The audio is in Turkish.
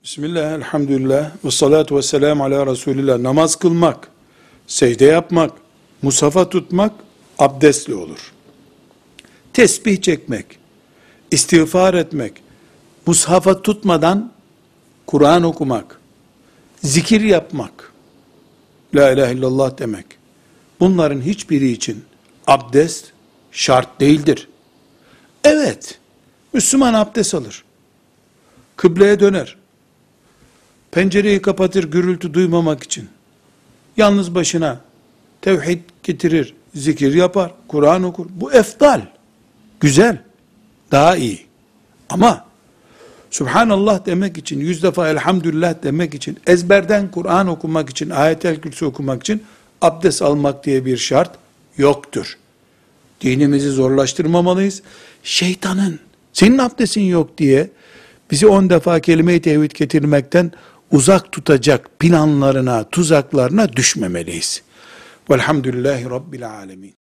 Bismillah, elhamdülillah, ve salatu ve selamu ala Resulillah. Namaz kılmak, secde yapmak, mushafa tutmak abdestli olur. Tesbih çekmek, istiğfar etmek, mushafa tutmadan Kur'an okumak, zikir yapmak, la ilahe illallah demek, bunların hiçbiri için abdest şart değildir. Evet, Müslüman abdest alır, kıbleye döner, pencereyi kapatır gürültü duymamak için, yalnız başına tevhid getirir, zikir yapar, Kur'an okur. Bu efdal, güzel, daha iyi. Ama Subhanallah demek için, 100 defa elhamdülillah demek için, ezberden Kur'an okumak için, Ayet-el Kürsi okumak için abdest almak diye bir şart yoktur. Dinimizi zorlaştırmamalıyız. Şeytanın, senin abdestin yok diye bizi 10 defa kelime-i tevhid getirmekten uzak tutacak planlarına, tuzaklarına düşmemeliyiz. Velhamdülillahi Rabbil alemin.